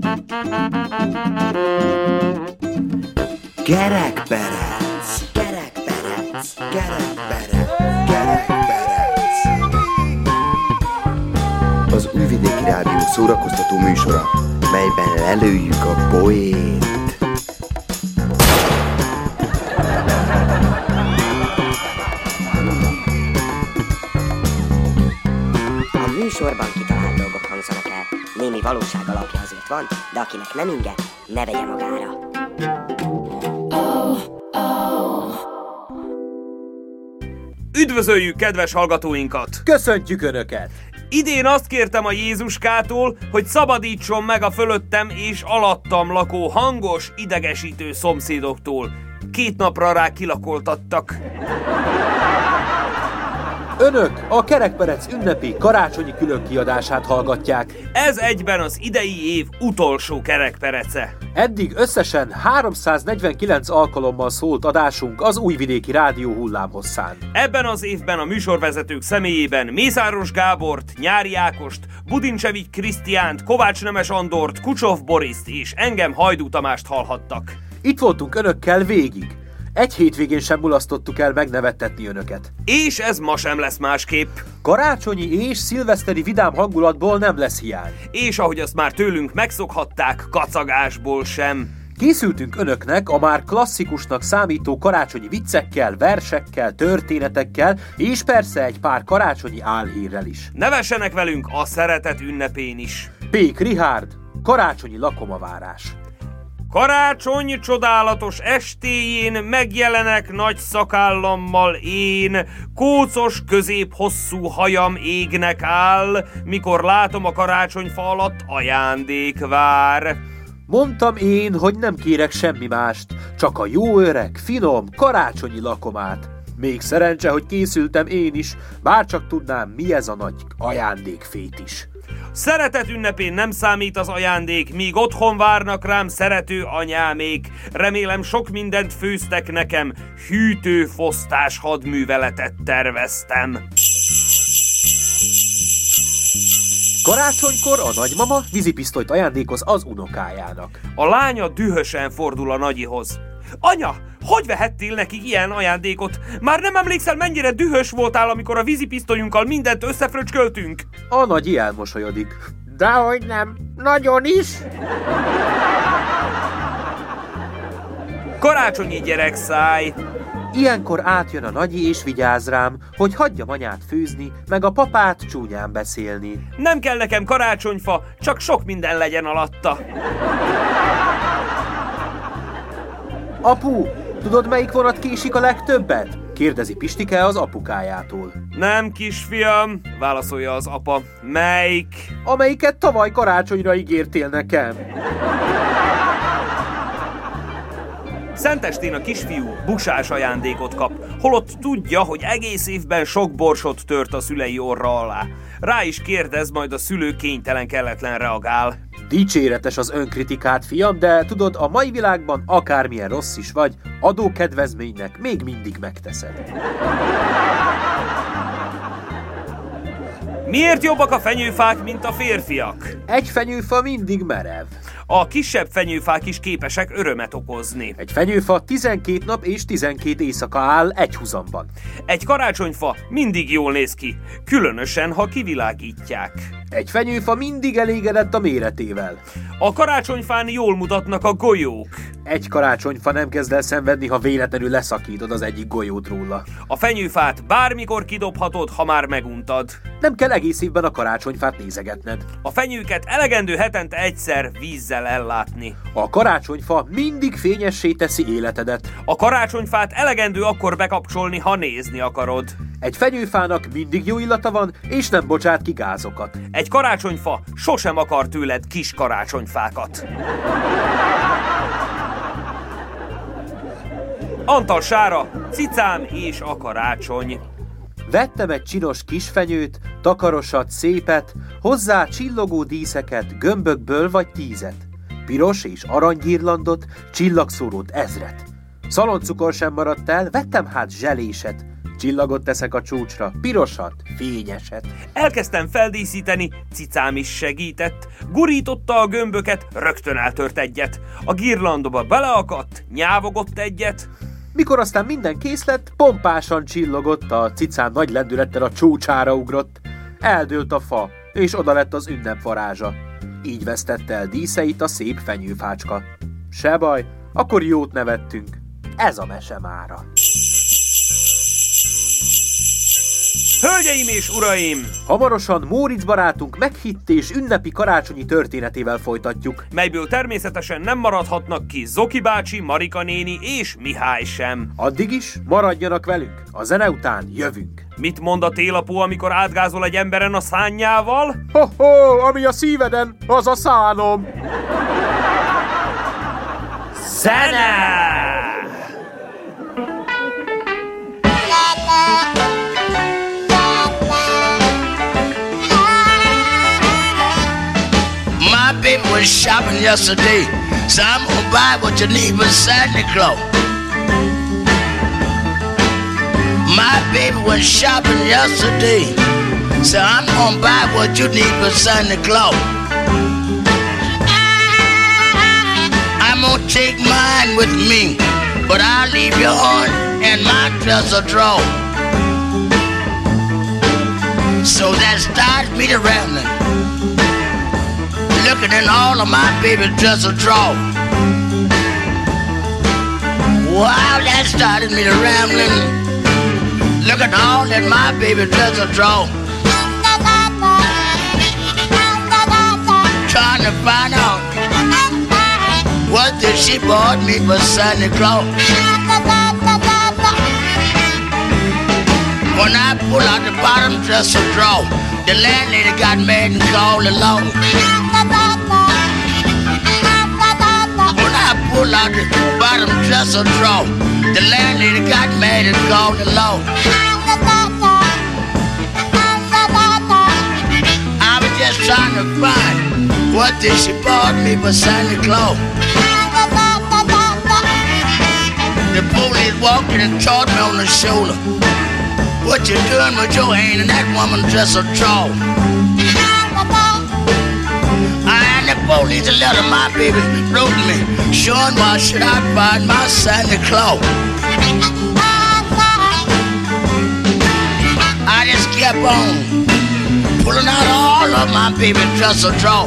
Kerekperec, kerekperec, kerekperec, kerekperec. Az Újvidéki Rádió szórakoztató műsora, melyben lelőjük a poént. A műsorban kitalált dolgok hangzanak el. Némi valóság alapja azért van, de akinek nem inge, ne vegye magára. Üdvözöljük kedves hallgatóinkat! Köszöntjük Önöket! Idén azt kértem a Jézuskától, hogy szabadítson meg a fölöttem és alattam lakó hangos, idegesítő szomszédoktól. 2 napra rá kilakoltattak. Önök a Kerekperec ünnepi karácsonyi különkiadását hallgatják. Ez egyben az idei év utolsó kerekperece. Eddig összesen 349 alkalommal szólt adásunk az Újvidéki Rádió hullámhosszán. Ebben az évben a műsorvezetők személyében Mészáros Gábort, Nyári Ákost, Budincsevics Krisztiánt, Kovács Nemes Andort, Kucsov Boriszt és engem, Hajdú Tamást hallhattak. Itt voltunk Önökkel végig. Egy hétvégén sem mulasztottuk el megnevettetni Önöket. És ez ma sem lesz másképp. Karácsonyi és szilveszteri vidám hangulatból nem lesz hiány. És ahogy azt már tőlünk megszokhatták, kacagásból sem. Készültünk Önöknek a már klasszikusnak számító karácsonyi viccekkel, versekkel, történetekkel, és persze egy pár karácsonyi álhírrel is. Nevessenek velünk a szeretet ünnepén is. Pék Richárd, karácsonyi lakomavárás. Karácsony csodálatos estéjén megjelenek nagy szakállammal én, kócos középhosszú hajam égnek áll, mikor látom a karácsonyfa alatt ajándék vár. Mondtam én, hogy nem kérek semmi mást, csak a jó öreg, finom, karácsonyi lakomát. Még szerencse, hogy készültem én is, bárcsak tudnám, mi ez a nagy ajándékfétis. Szeretet ünnepén nem számít az ajándék, míg otthon várnak rám szerető anyámék. Remélem sok mindent főztek nekem, hűtőfosztás hadműveletet terveztem. Karácsonykor a nagymama vízipisztolyt ajándékoz az unokájának. A lánya dühösen fordul a nagyihoz. Anya, hogy vehettél nekik ilyen ajándékot? Már nem emlékszel, mennyire dühös voltál, amikor a vízipisztolyunkkal mindent összefröcsköltünk? A nagyi elmosolyodik. Dehogy nem, nagyon is. Karácsonyi gyerekszáj. Ilyenkor átjön a nagyi és vigyáz rám, hogy hagyjam anyát főzni, meg a papát csúnyán beszélni. Nem kell nekem karácsonyfa, csak sok minden legyen alatta. Apu, tudod, melyik vonat késik a legtöbbet? Kérdezi Pistike az apukájától. Nem, kisfiam, válaszolja az apa. Melyik? Amelyiket tavaly karácsonyra ígértél nekem. Szentestén a kisfiú busás ajándékot kap, holott tudja, hogy egész évben sok borsot tört a szülei orra alá. Rá is kérdez, majd a szülő kénytelen kelletlen reagál. Dicséretes az önkritikát, fiam, de tudod, a mai világban akármilyen rossz is vagy, adókedvezménynek még mindig megteszed. Miért jobbak a fenyőfák, mint a férfiak? Egy fenyőfa mindig merev. A kisebb fenyőfák is képesek örömet okozni. Egy fenyőfa 12 nap és 12 éjszaka áll egy huzamban. Egy karácsonyfa mindig jól néz ki, különösen, ha kivilágítják. Egy fenyőfa mindig elégedett a méretével. A karácsonyfán jól mutatnak a golyók. Egy karácsonyfa nem kezd el szenvedni, ha véletlenül leszakítod az egyik golyót róla. A fenyőfát bármikor kidobhatod, ha már meguntad. Nem kell egész évben a karácsonyfát nézegetned. A fenyőket elegendő hetente egyszer vízzel ellátni. A karácsonyfa mindig fényessé teszi életedet. A karácsonyfát elegendő akkor bekapcsolni, ha nézni akarod. Egy fenyőfának mindig jó illata van, és nem bocsát ki gázokat. Egy karácsonyfa sosem akar tőled kis karácsonyfákat. Antal Sára, Cicám és a karácsony. Vettem egy csinos kisfenyőt, takarosat, szépet, hozzá csillogó díszeket, gömbökből vagy 10, piros és aranygirlandot, csillagszórót 1000. Szaloncukor sem maradt el, vettem hát zseléset, Csillagot teszek a csúcsra, pirosat, fényeset. Elkezdtem feldíszíteni, cicám is segített. Gurította a gömböket, rögtön eltört egyet. A girlandba beleakadt, nyávogott egyet. Mikor aztán minden kész lett, pompásan csillogott, a cicám nagy lendülettel a csúcsára ugrott. Eldőlt a fa, és oda lett az ünnepvarázsa. Így vesztette el díszeit a szép fenyőfácska. Se baj, akkor jót nevettünk. Ez a mese mára. Hölgyeim és uraim! Hamarosan Móricz barátunk meghitt és ünnepi karácsonyi történetével folytatjuk. Melyből természetesen nem maradhatnak ki Zoki bácsi, Marika néni és Mihály sem. Addig is maradjanak velünk, a zene után jövünk. Mit mond a télapó, amikor átgázol egy emberen a szánnyával? Ho-ho, ami a szíveden, az a szánom. Zene! My baby was shopping yesterday, so I'm gonna buy what you need for Santa Claus. My baby was shopping yesterday, so I'm gonna buy what you need for Santa Claus. I'm gonna take mine with me, but I'll leave your aunt and my dresser drawer. So that starts me to rambling, looking in all of my baby dresser drawer. Wow, that started me to rambling, looking all in my baby dresser drawer, trying to find out what did she bought me for Santa Claus. When I pull out the bottom dresser drawer, the landlady got mad and called the law. When I pull out the bottom dresser drawer, the landlady got mad and called the law. I was just trying to find what did she bought me for Santa Claus. The police walked in and tapped me on the shoulder. What you doing with your hand in that woman dresser drawer? I had the police a letter my baby wrote me, showing why should I find my Santa Claus. I just kept on pulling out all of my baby dresser drawer.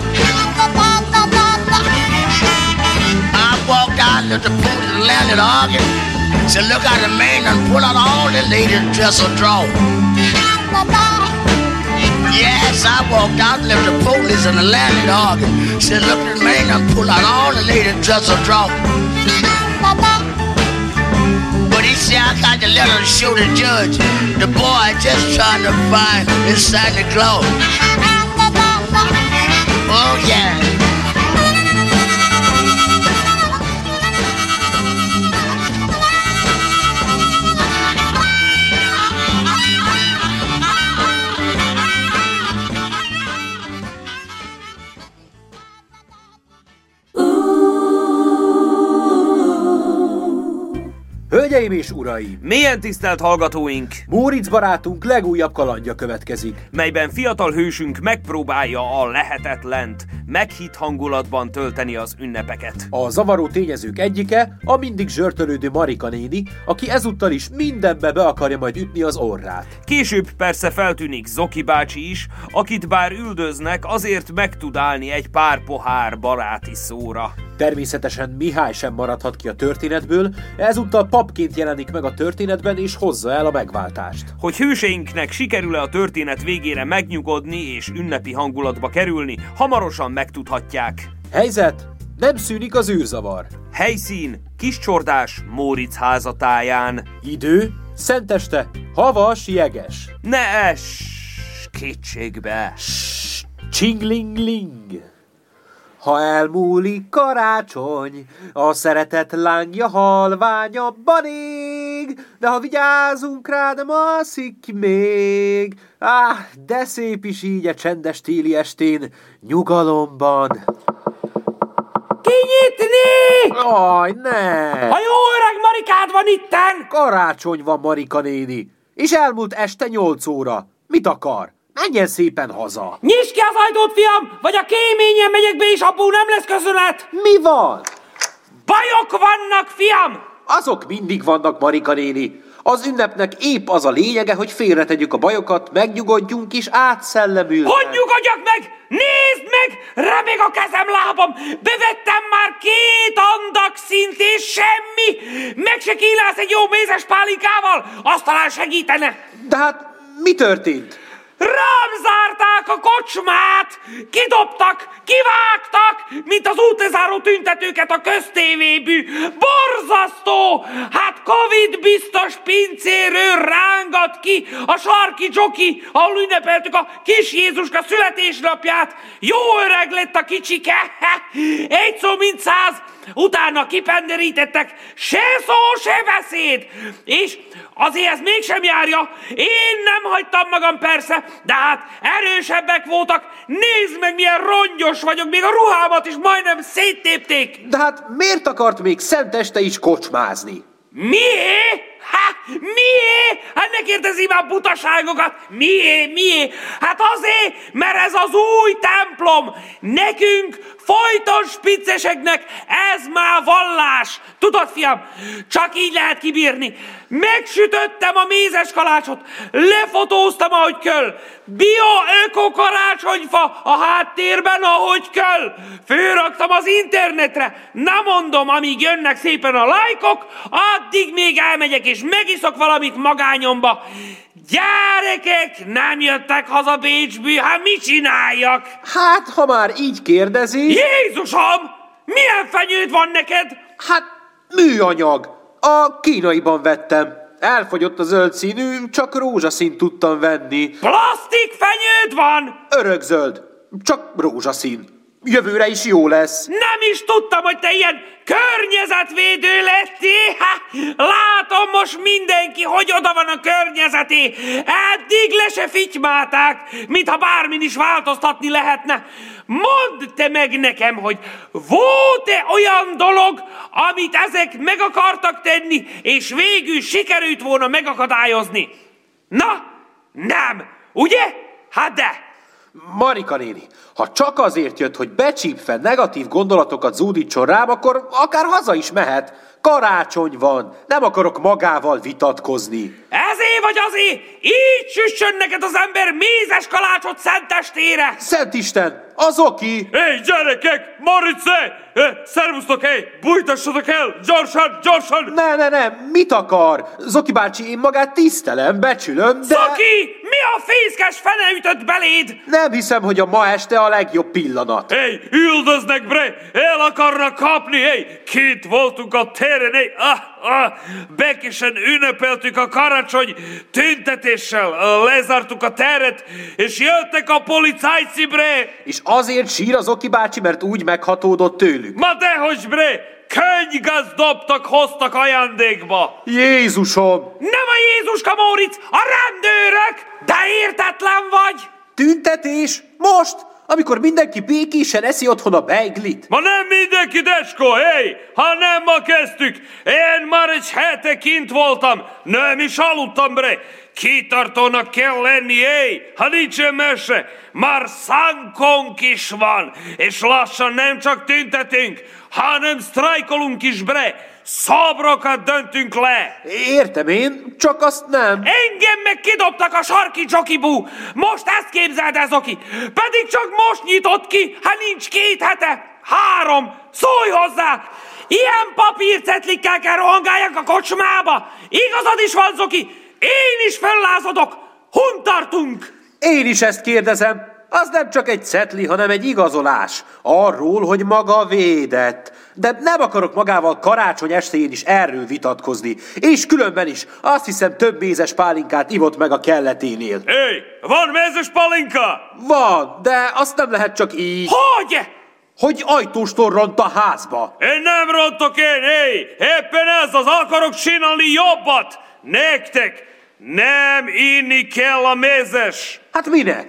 I walked out, looked the police and landed arguing. Said, look out the man and pull out all the ladies' dresser drawer. Yes, I walked out and left the police and the landlord arguing. Said, look at the man and pull out all the ladies' dresser drawer. But he said, I got the letter to show the judge. The boy just trying to find his Santa Claus. Oh, yeah. Hölgyeim és uraim! Mélyen tisztelt hallgatóink! Móricz barátunk legújabb kalandja következik, melyben fiatal hősünk megpróbálja a lehetetlent, meghitt hangulatban tölteni az ünnepeket. A zavaró tényezők egyike a mindig zsörtölődő Marika néni, aki ezúttal is mindenbe be akarja majd ütni az orrát. Később persze feltűnik Zoki bácsi is, akit bár üldöznek, azért meg tud állni egy pár pohár baráti szóra. Természetesen Mihály sem maradhat ki a történetből, ezúttal papként jelenik meg a történetben és hozza el a megváltást. Hogy hőseinknek sikerül-e a történet végére megnyugodni és ünnepi hangulatba kerülni, hamarosan megtudhatják. Helyzet? Nem szűnik az űrzavar. Helyszín: Kiscsordás Móricz házatáján. Idő: szenteste, havas, jeges. Ne ess kétségbe. Csinglingling. Ha elmúlik karácsony, a szeretet lángja halványabban ég, de ha vigyázunk rá, nem alszik ki még. De szép is így a csendes téli estén, nyugalomban. Kinyitni! Aj, ne! A jó öreg Marikád van itten! Karácsony van, Marika néni. És elmúlt este 8 óra. Mit akar? Menjen szépen haza. Nyisd ki az ajtót, fiam, vagy a kéményen megyek be, és abból nem lesz köszönet. Mi van? Bajok vannak, fiam! Azok mindig vannak, Marika néni. Az ünnepnek épp az a lényege, hogy félretegyük a bajokat, megnyugodjunk és átszellemülve. Hogy nyugodjak meg? Nézd meg! Remeg a kezem, lábam! Bevettem már 2 andagszint és semmi! Meg se kínálsz egy jó mézes pálinkával? Azt talán segítene! De hát mi történt? Rám zárták a kocsmát! Kidobtak, kivágtak, mint az útlezáró tüntetőket a köztévébű! Borzasztó! Hát Covid biztos pincéről rángat ki a sarki dzsoki, ahol ünnepeltük a kis Jézuska születésnapját! Jó öreg lett a kicsike! Egy szó mint 100! Utána kipenderítettek, se szó, se beszéd! És azért ez mégsem járja, én nem hagytam magam persze, de hát erősebbek voltak, nézd meg milyen rongyos vagyok, még a ruhámat is majdnem széttépték! De hát miért akart még szent este is kocsmázni? Mié? Mié? Hát ne kérdezi már butaságokat! Mié? Hát azért, mert ez az új templom! Nekünk, folyton spicceseknek ez már vallás! Tudod, fiam, csak így lehet kibírni. Megsütöttem a mézes kalácsot, lefotóztam, ahogy kell. Bio-öko karácsonyfa a háttérben, ahogy kell. Fölraktam az internetre. Na mondom, amíg jönnek szépen a lájkok, addig még elmegyek és megiszok valamit magányomba. Gyerekek, nem jöttek haza Bécsből, hát mit csináljak? Hát, ha már így kérdezi... Jézusom! Milyen fenyőd van neked? Hát, műanyag. A kínaiban vettem. Elfogyott a zöld színű, csak rózsaszínt tudtam venni. Plastik fenyőd van! Örökzöld, csak rózsaszín. Jövőre is jó lesz. Nem is tudtam, hogy te ilyen környezetvédő lettél. Látom most mindenki, hogy oda van a környezeté. Eddig le se fitymálták, mintha bármin is változtatni lehetne. Mondd te meg nekem, hogy volt-e olyan dolog, amit ezek meg akartak tenni, és végül sikerült volna megakadályozni? Na, nem, ugye? Hát de! Marika néni, ha csak azért jött, hogy becsípve negatív gondolatokat zúdítson rám, akkor akár haza is mehet. Karácsony van, nem akarok magával vitatkozni. Ezé vagy azért, így süssön neked az ember mézes kalácsot szentestére. Szentisten, az oki! Hey, gyerekek, Marice! Szervusztok, bújtassatok el, gyorsan! Ne, mit akar? Zoki bácsi, én magát tisztelem, becsülöm, de... Zoki, mi a fészkes fene ütött beléd? Nem hiszem, hogy a ma este a legjobb pillanat. Üldöznek, bre! El akarnak kapni, kint voltunk a téren, bekesen ünnepeltük a karácsony tüntetéssel, lezártuk a teret, és jöttek a policajci, bre! És azért sír az Zoki bácsi, mert úgy meghatódott tőlük. Ma dehogy, bre! Könnygáz dobtak, hoztak ajándékba! Jézusom! Nem a Jézuska, Móricz, a rendőrök! De értetlen vagy! Tüntetés? Most? Amikor mindenki békésen eszi otthon a beiglit? Ma nem mindenki, Desko, ha nem ma kezdtük. Én már egy hete kint voltam, nem is aludtam, bre. Kitartónak kell lenni, ha nincsen mese. Már szánkónk is van, és lassan nem csak tüntetünk, hanem sztrájkolunk is, bre. Szabrokat döntünk le. Értem én, csak azt nem. Engem meg kidobtak a sarki dzsokibú. Most ezt képzeld el, Zoki. Pedig csak most nyitott ki, ha nincs 2 hete. 3. Szólj hozzá. Ilyen papírcetlikkel kell rohangáljak a kocsmába. Igazad is van, Zoki. Én is fellázadok. Hon tartunk? Én is ezt kérdezem. Az nem csak egy cetli, hanem egy igazolás. Arról, hogy maga védett. De nem akarok magával karácsony estéjén is erről vitatkozni. És különben is. Azt hiszem, több mézes pálinkát ivott meg a kelleténél. Van mézes pálinka? Van, de azt nem lehet csak így. Hogy? Hogy ajtóstól ront a házba. Én nem rontok éppen ez az, akarok csinálni jobbat. Nektek nem inni kell a mézes. Hát minek?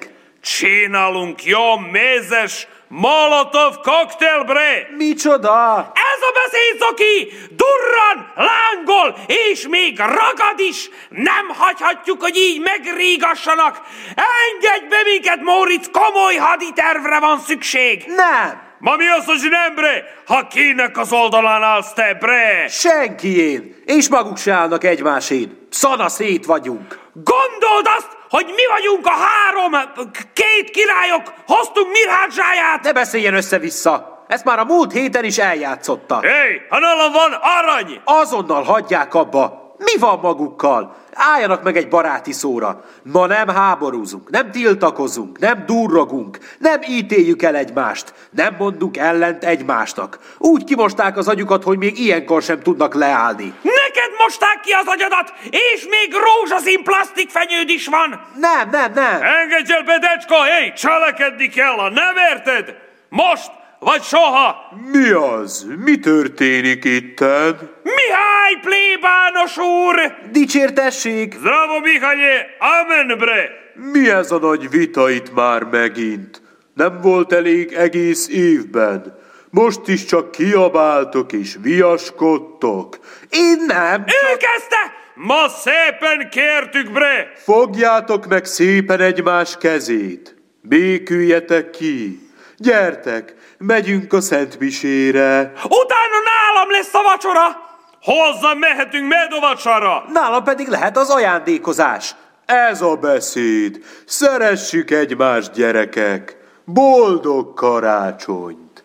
Csinálunk jó mézes Molotov cocktail, bre! Micsoda? Ez a beszédzoki durran, lángol, és még ragad is! Nem hagyhatjuk, hogy így megrígassanak! Engedj be minket, Móricz, komoly haditervre van szükség! Nem! Ma mi az, hogy nem, bre? Ha kinek az oldalán állsz te, bre? Senkién! És maguk se állnak egymásén. Szana szét vagyunk. Gondold azt, hogy mi vagyunk a két királyok, hoztunk Mirhádzsáját! Ne beszéljen össze-vissza! Ezt már a múlt héten is eljátszotta. Hé, ha nálam van arany! Azonnal hagyják abba. Mi van magukkal? Álljanak meg egy baráti szóra. Ma nem háborúzunk, nem tiltakozunk, nem durrogunk, nem ítéljük el egymást, nem mondunk ellent egymásnak. Úgy kimosták az agyukat, hogy még ilyenkor sem tudnak leállni. Neked mosták ki az agyadat, és még rózsaszín plastikfenyőd is van! Nem. Engedj el, Bedecska, hé, cselekedni kell, nem érted? Most, vagy soha! Mi az? Mi történik itten? Mihály plébános úr! Dicsértessék! Zdravo, Mihály, amen, bre! Mi ez a nagy vita itt már megint? Nem volt elég egész évben. Most is csak kiabáltok és viaskodtok. Én nem. Ő kezdte! Ma szépen kértük, bre! Fogjátok meg szépen egymás kezét. Béküljetek ki. Gyertek, megyünk a szentmisére. Utána nálam lesz a vacsora! Hozzám mehetünk medovacsara! Nálam pedig lehet az ajándékozás. Ez a beszéd. Szeressük egymást, gyerekek. Boldog karácsonyt!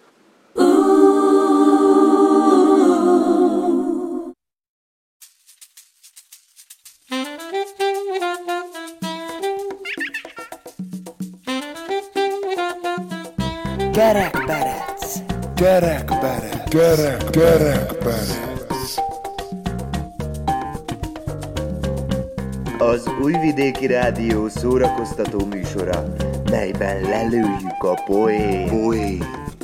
Kerekperec. Kerekperec. Az Újvidéki Rádió szórakoztató műsora, melyben lelőjük a poént.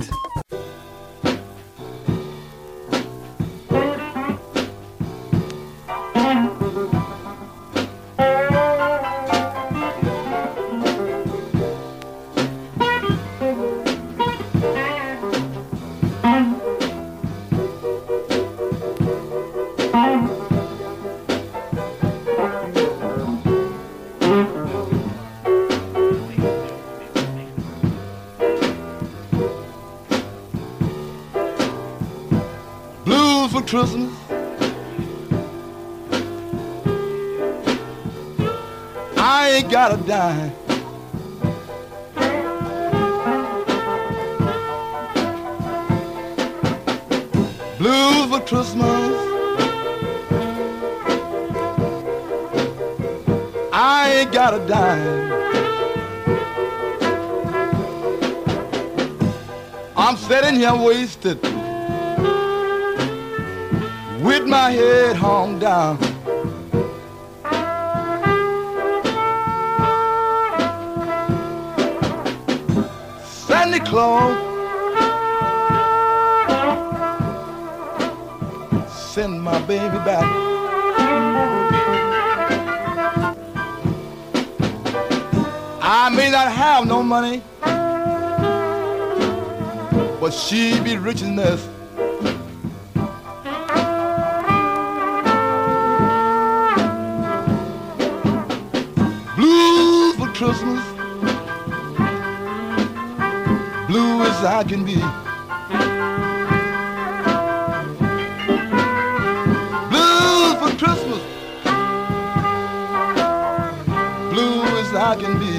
Christmas. I ain't got a dime. Blues for Christmas. I ain't got a dime. I'm sitting here wasted with my head hung down. Santa Claus, send my baby back. I may not have no money, but she be rich enough. Christmas, blue as I can be. Blues for Christmas, blue as I can be.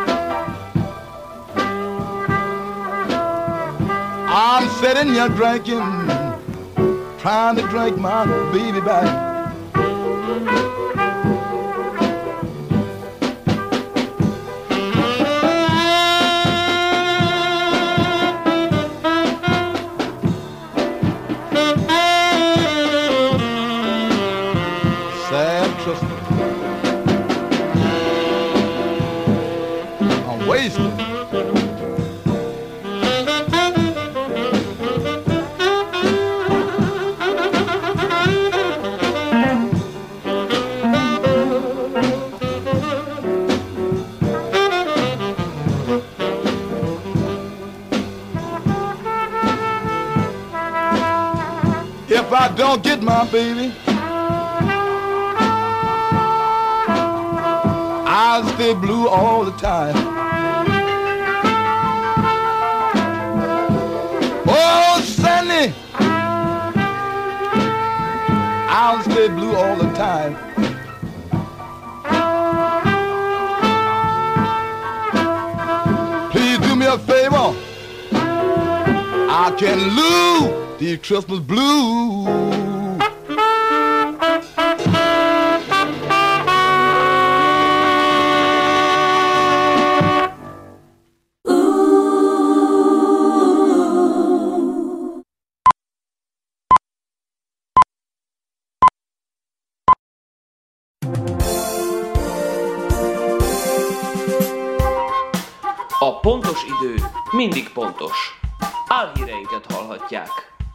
I'm sitting here drinking, trying to drink my baby back. I don't get my baby, I'll stay blue all the time. Oh, Sandy, I'll stay blue all the time. Please do me a favor, I can lose these Christmas blues. A pontos idő mindig pontos. Álhíreinket hallhatják.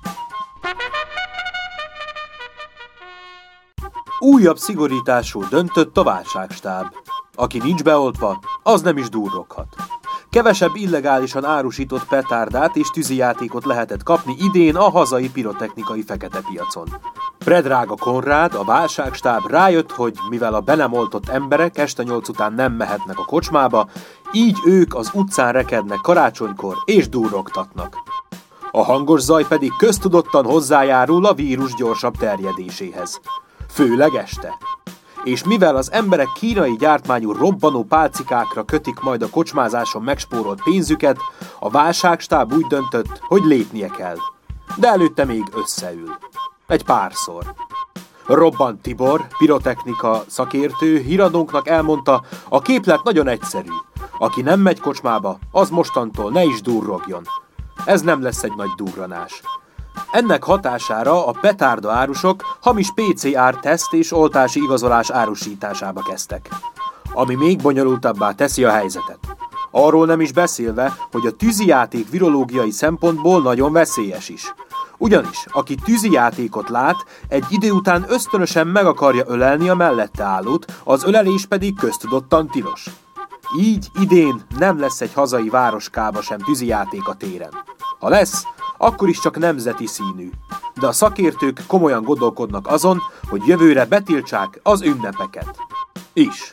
Újabb szigorításról döntött a válságstáb. Aki nincs beoltva, az nem is durroghat. Kevesebb illegálisan árusított petárdát és tűzijátékot lehetett kapni idén a hazai pirotechnikai fekete piacon. Predrága Konrád, a válságstáb rájött, hogy mivel a be nem oltott emberek este 8 után nem mehetnek a kocsmába, így ők az utcán rekednek karácsonykor és durrogtatnak. A hangos zaj pedig köztudottan hozzájárul a vírus gyorsabb terjedéséhez. Főleg este. És mivel az emberek kínai gyártmányú robbanó pálcikákra kötik majd a kocsmázáson megspórolt pénzüket, a válságstáb úgy döntött, hogy lépnie kell. De előtte még összeül. Egy párszor. Robbant Tibor, pirotechnika szakértő, híradónknak elmondta, a képlet nagyon egyszerű. Aki nem megy kocsmába, az mostantól ne is durrogjon. Ez nem lesz egy nagy durranás. Ennek hatására a petárda árusok hamis PCR-teszt és oltási igazolás árusításába kezdtek. Ami még bonyolultabbá teszi a helyzetet. Arról nem is beszélve, hogy a tűzijáték virológiai szempontból nagyon veszélyes is. Ugyanis, aki tűzijátékot lát, egy idő után ösztönösen meg akarja ölelni a mellette állót, az ölelés pedig köztudottan tilos. Így idén nem lesz egy hazai városkába sem tűzijáték a téren. Ha lesz, akkor is csak nemzeti színű. De a szakértők komolyan gondolkodnak azon, hogy jövőre betiltsák az ünnepeket. Is.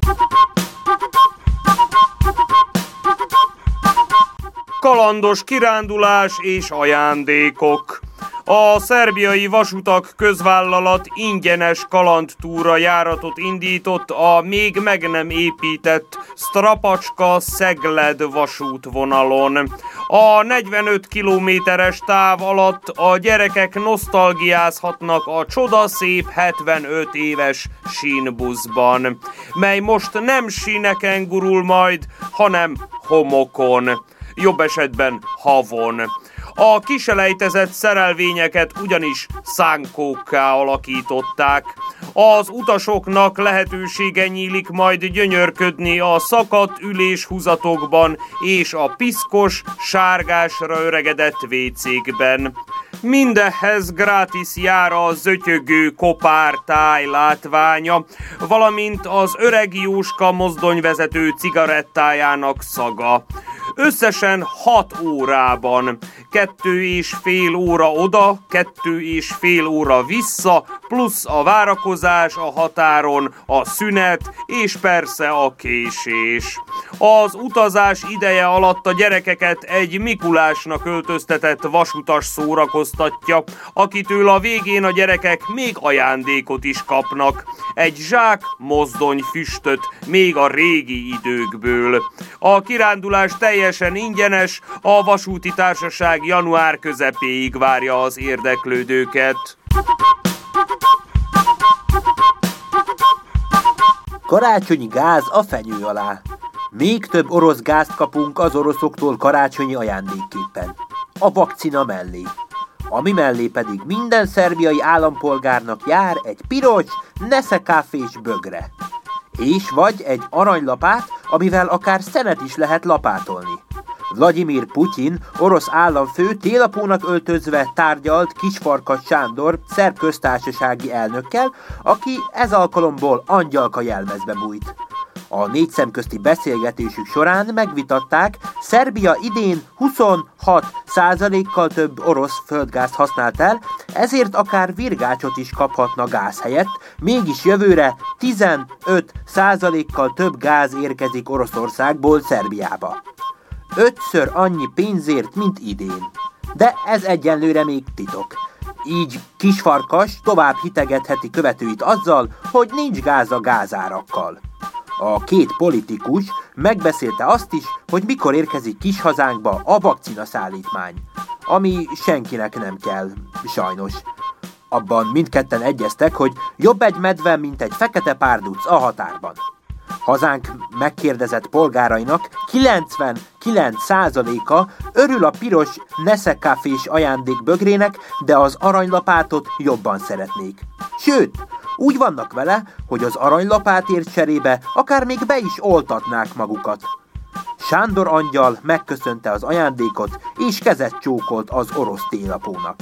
Kalandos kirándulás és ajándékok. A szerbiai vasutak közvállalat ingyenes kalandtúra járatot indított a még meg nem épített Strapacska-Szegled vasútvonalon. A 45 kilométeres táv alatt a gyerekek nosztalgiázhatnak a csodaszép 75 éves sínbuszban, mely most nem síneken gurul majd, hanem homokon, jobb esetben havon. A kiselejtezett szerelvényeket ugyanis szánkókká alakították. Az utasoknak lehetősége nyílik majd gyönyörködni a szakadt üléshúzatokban és a piszkos, sárgásra öregedett vécékben. Mindehhez grátis jár a zötyögő kopár táj látványa, valamint az öreg Jóska mozdonyvezető cigarettájának szaga. Összesen 6 órában, 2,5 óra oda, 2,5 óra vissza, plusz a várakozás a határon, a szünet és persze a késés. Az utazás ideje alatt a gyerekeket egy Mikulásnak öltöztetett vasutas szórakoztatja, akitől a végén a gyerekek még ajándékot is kapnak. Egy zsák mozdonyfüstöt, még a régi időkből. A kirándulás teljesen ingyenes, a vasúti társaság január közepéig várja az érdeklődőket. Karácsonyi gáz a fenyő alá. Még több orosz gázt kapunk az oroszoktól karácsonyi ajándékképpen. A vakcina mellé. Ami mellé pedig minden szerbiai állampolgárnak jár egy piros, neszekáfés bögre. És vagy egy aranylapát, amivel akár szenet is lehet lapátolni. Vladimir Putyin, orosz államfő télapónak öltözve tárgyalt Kisfarkas Sándor szerb köztársasági elnökkel, aki ez alkalomból angyalka jelmezbe bújt. A négy szemközti beszélgetésük során megvitatták, Szerbia idén 26%-kal több orosz földgázt használt el, ezért akár virgácsot is kaphatna gáz helyett, mégis jövőre 15%-kal több gáz érkezik Oroszországból Szerbiába. 5-ször annyi pénzért, mint idén. De ez egyenlőre még titok. Így Kisfarkas tovább hitegetheti követőit azzal, hogy nincs gáz a gázárakkal. A két politikus megbeszélte azt is, hogy mikor érkezik kis hazánkba a vakcinaszállítmány, ami senkinek nem kell, sajnos. Abban mindketten egyeztek, hogy jobb egy medve, mint egy fekete párduc a határban. Hazánk megkérdezett polgárainak 99%-a örül a piros Nescafés ajándékbögrének, de az aranylapátot jobban szeretnék. Sőt, úgy vannak vele, hogy az aranylapátért cserébe akár még be is oltatnák magukat. Sándor angyal megköszönte az ajándékot, és kezet csókolt az orosz télapónak.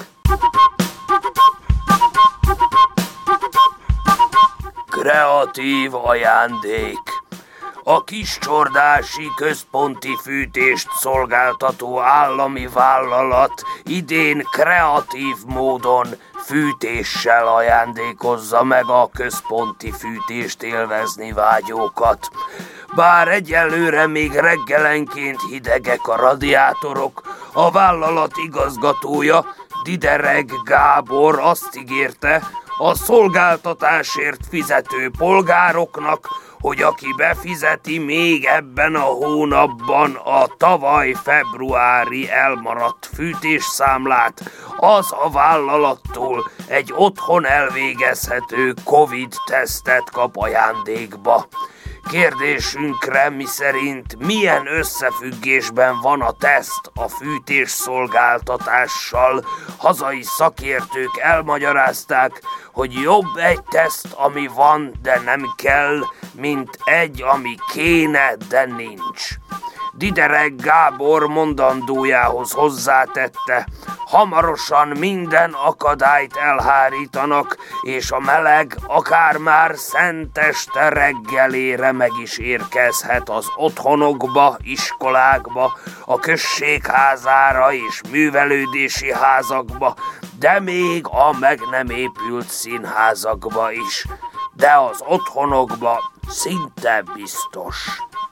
Kreatív ajándék. A Kiscsordási Központi Fűtést Szolgáltató Állami Vállalat idén kreatív módon fűtéssel ajándékozza meg a központi fűtést élvezni vágyókat. Bár egyelőre még reggelenként hidegek a radiátorok, a vállalat igazgatója, Didereg Gábor azt ígérte, a szolgáltatásért fizető polgároknak, hogy aki befizeti még ebben a hónapban a tavaly februári elmaradt fűtésszámlát, az a vállalattól egy otthon elvégezhető Covid-tesztet kap ajándékba. Kérdésünkre, miszerint milyen összefüggésben van a teszt a fűtésszolgáltatással, hazai szakértők elmagyarázták, hogy jobb egy teszt, ami van, de nem kell, mint egy, ami kéne, de nincs. Didereg Gábor mondandójához hozzátette, hamarosan minden akadályt elhárítanak, és a meleg akár már szenteste reggelére meg is érkezhet az otthonokba, iskolákba, a községházára és művelődési házakba, de még a meg nem épült színházakba is. De az otthonokba szinte biztos.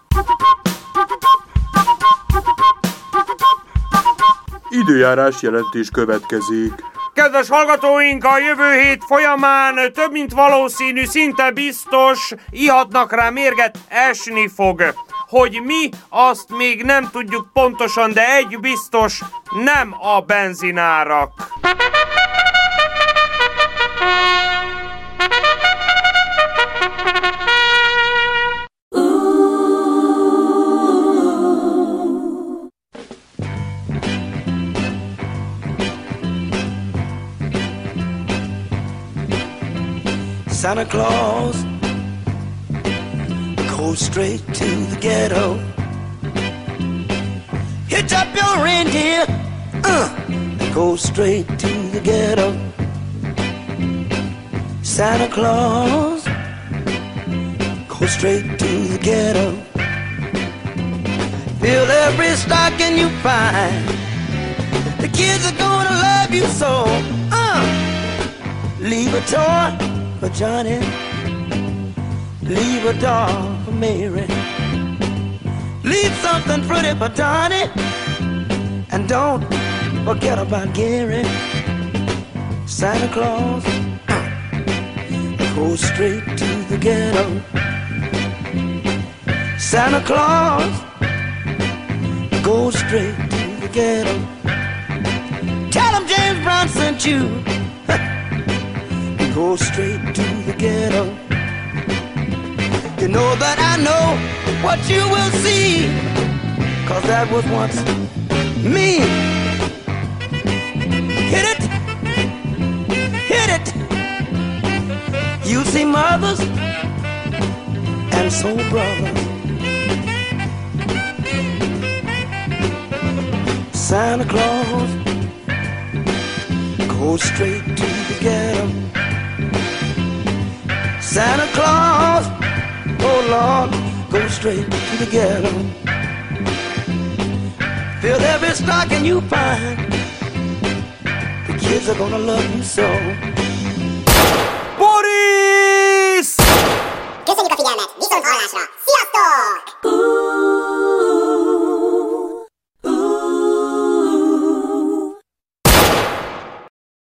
Időjárás jelentés következik. Kedves hallgatóink, a jövő hét folyamán több mint valószínű, szinte biztos, ihatnak rá mérget, esni fog. Hogy mi, azt még nem tudjuk pontosan, de egy biztos, nem a benzinárak. Santa Claus goes straight to the ghetto. Hitch up your reindeer, go straight to the ghetto. Santa Claus goes straight to the ghetto. Fill every stocking you find. The kids are gonna love you so. Leave a toy for Johnny, leave a doll for Mary, leave something pretty for Donnie, and don't forget about Gary. Santa Claus goes straight to the ghetto. Santa Claus goes straight to the ghetto. Tell him James Brown sent you. Go straight to the ghetto. You know that I know what you will see, 'cause that was once me. Hit it, hit it. You see mothers and soul brothers. Santa Claus goes straight to the ghetto. Santa Claus, oh Lord, go straight to the ghetto. Fill every stocking you find. The kids are gonna love you so.